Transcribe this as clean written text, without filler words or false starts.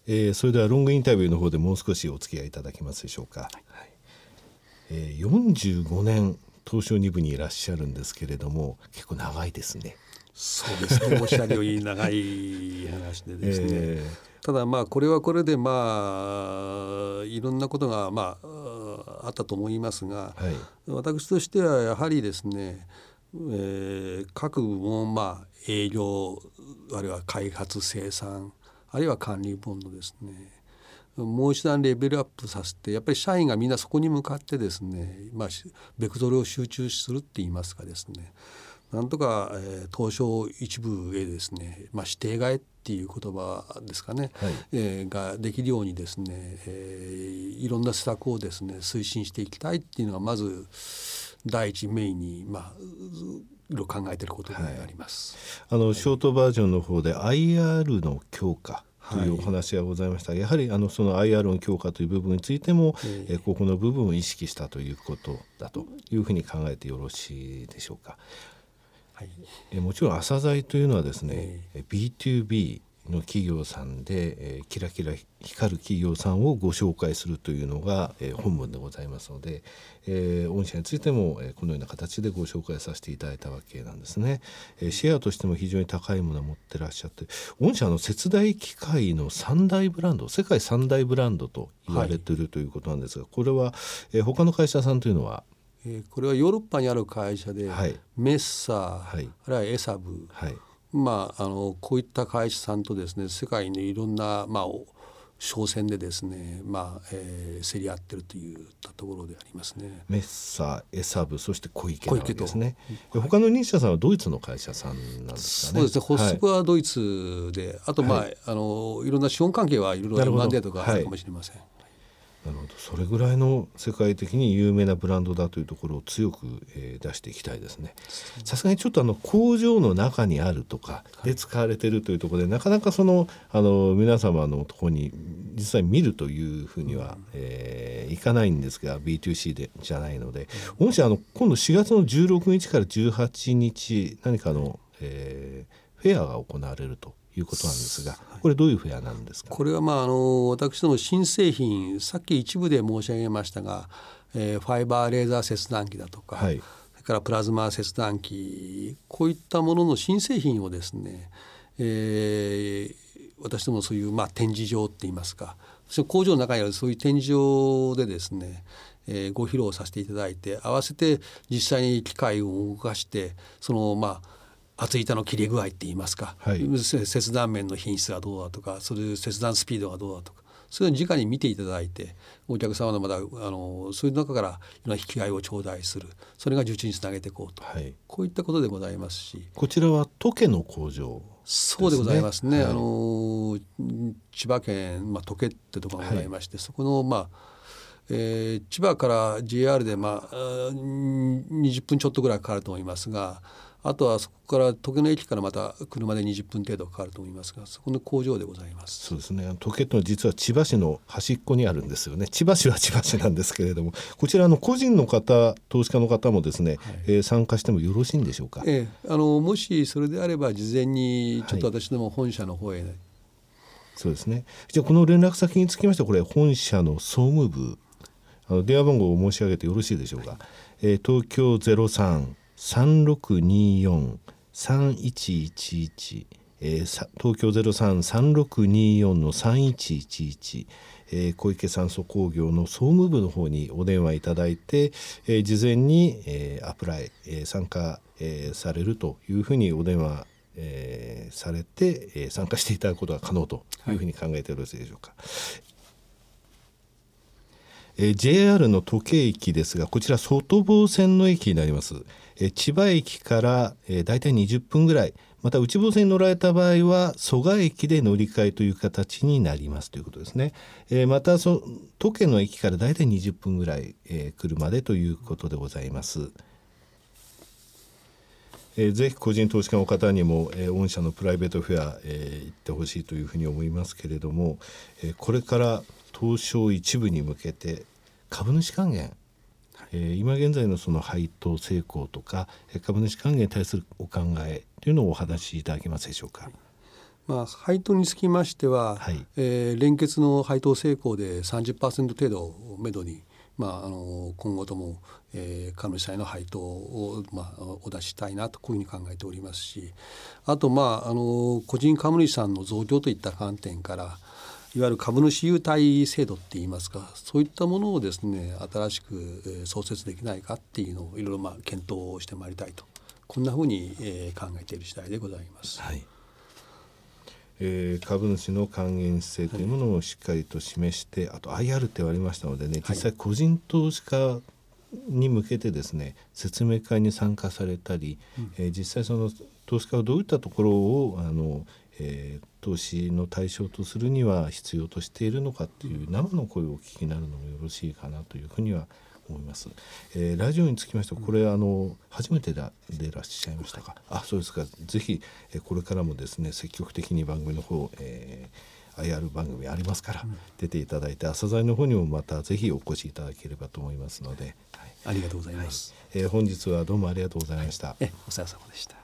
それではロングインタビューの方でもう少しお付き合いいただけますでしょうか。45年東証2部にいらっしゃるんですけれども、結構長いですね。 そうですね、おっしゃるように長い話でですね、ただこれはこれでいろんなことがあったと思いますが、私としてはやはりですね、各部門、営業あるいは開発生産あるいは管理部門のですね、もう一段レベルアップさせて、やっぱり社員がみんなそこに向かってですね、ベクトルを集中するって言いますかですね、なんとか、東証一部へですね、指定替えっていう言葉ですかね、ができるようにですね、いろんな施策をですね推進していきたいっていうのがまず第一メインにいろいろ考えていることであります。 ショートバージョンの方で IR の強化というお話がございました。やはりその IR の強化という部分についても、ここの部分を意識したということだというふうに考えてよろしいでしょうか。もちろん朝鮮というのはですね、B2B の企業さんで、キラキラ光る企業さんをご紹介するというのが、本文でございますので、御社についても、このような形でご紹介させていただいたわけなんですね。シェアとしても非常に高いものを持ってらっしゃって、御社切大機械の3大ブランド、世界3大ブランドと言われているということなんですが、これは、他の会社さんというのはこれはヨーロッパにある会社で、メッサー、あるいはエサブ、こういった会社さんとですね、世界のいろんな、商戦でですね、競り合っているといったところでありますね。 メッサー、エサブ、そして小池なわけですね。他の2社さんはドイツの会社さんなんですかね。 そうですね、発足はドイツで、あといろんな資本関係はいろいろ M&A とかあるかもしれません。 なるほど、それぐらいの世界的に有名なブランドだというところを強く、出していきたいですね。さすがにちょっと工場の中にあるとかで使われているというところで、なかなか皆様のところに実際見るというふうには、いかないんですが B2C じゃないので、もし今度4月の16日から18日何かの、フェアが行われるということなんですが、これどういうフェアなんですか。 これは私ども新製品、さっき一部で申し上げましたが、ファイバーレーザー切断機だとか、それからプラズマ切断機、こういったものの新製品をですね、私どもそういう、展示場っていいますか、そ工場の中にあるそういう展示場でですね、ご披露させていただいて、合わせて実際に機械を動かして、厚板の切り具合って言いますか、切断面の品質がどうだとか、それ切断スピードがどうだとか、そういうのを直に見ていただいて、お客様のそういう中からいろんな引き換えを頂戴する、それが受注につなげていこうと、こういったことでございますし、 こちらは時計の工場ですね。 そうでございますね。千葉県、時計ってところがございまして、そこの千葉から JR で20分ちょっとぐらいかかると思いますが、あとはそこから時計の駅からまた車で20分程度かかると思いますが、そこの工場でございます。 そうですね、時計というのは実は千葉市の端っこにあるんですよね。千葉市は千葉市なんですけれども、こちらの個人の方、投資家の方もですね、参加してもよろしいんでしょうか。 もしそれであれば事前にちょっと私ども本社の方へ、 そうですね。じゃあこの連絡先につきましては、これ本社の総務部、電話番号を申し上げてよろしいでしょうか。東京03-3624-3111、東京 03-3624-3111、小池酸素工業の総務部の方にお電話いただいて、事前に、アプライ、参加、されるというふうにお電話、されて、参加していただくことが可能というふうに考えてよろしいでしょうか。JR の時計駅ですが、こちら外房線の駅になります。千葉駅から、だいたい20分ぐらい、また内房線に乗られた場合は蘇我駅で乗り換えという形になりますということですね。また時計の駅からだいたい20分ぐらい、車でということでございます。ぜひ個人投資家の方にも、御社のプライベートフェア、行ってほしいというふうに思いますけれども、これから東証一部に向けて株主還元、今現在のその配当成功とか株主還元に対するお考えというのをお話しいただけますでしょうか。 配当につきましては、はい、連結の配当成功で 30% 程度をめどに、今後とも、株主さんへの配当を、お出ししたいなとこういうふうに考えておりますし、あと、個人株主さんの増強といった観点からいわゆる株主優待制度っていいますか、そういったものをですね新しく創設できないかっていうのをいろいろ検討してまいりたいと、こんなふうに考えている次第でございます。 はい。株主の還元姿勢というものをしっかりと示して、あと IR ってありましたのでね、実際個人投資家に向けてですね説明会に参加されたり、実際その投資家はどういったところを投資の対象とするには必要としているのかっていう生の声をお聞きになるのもよろしいかなというふうには思います。ラジオにつきましてはこれ初めてでいらっしゃいましたか。そうですか。ぜひこれからもですね積極的に番組の方、IR 番組ありますから出ていただいて、朝鮮の方にもまたぜひお越しいただければと思いますので、 ありがとうございます。 本日はどうもありがとうございました。 お世話様でした。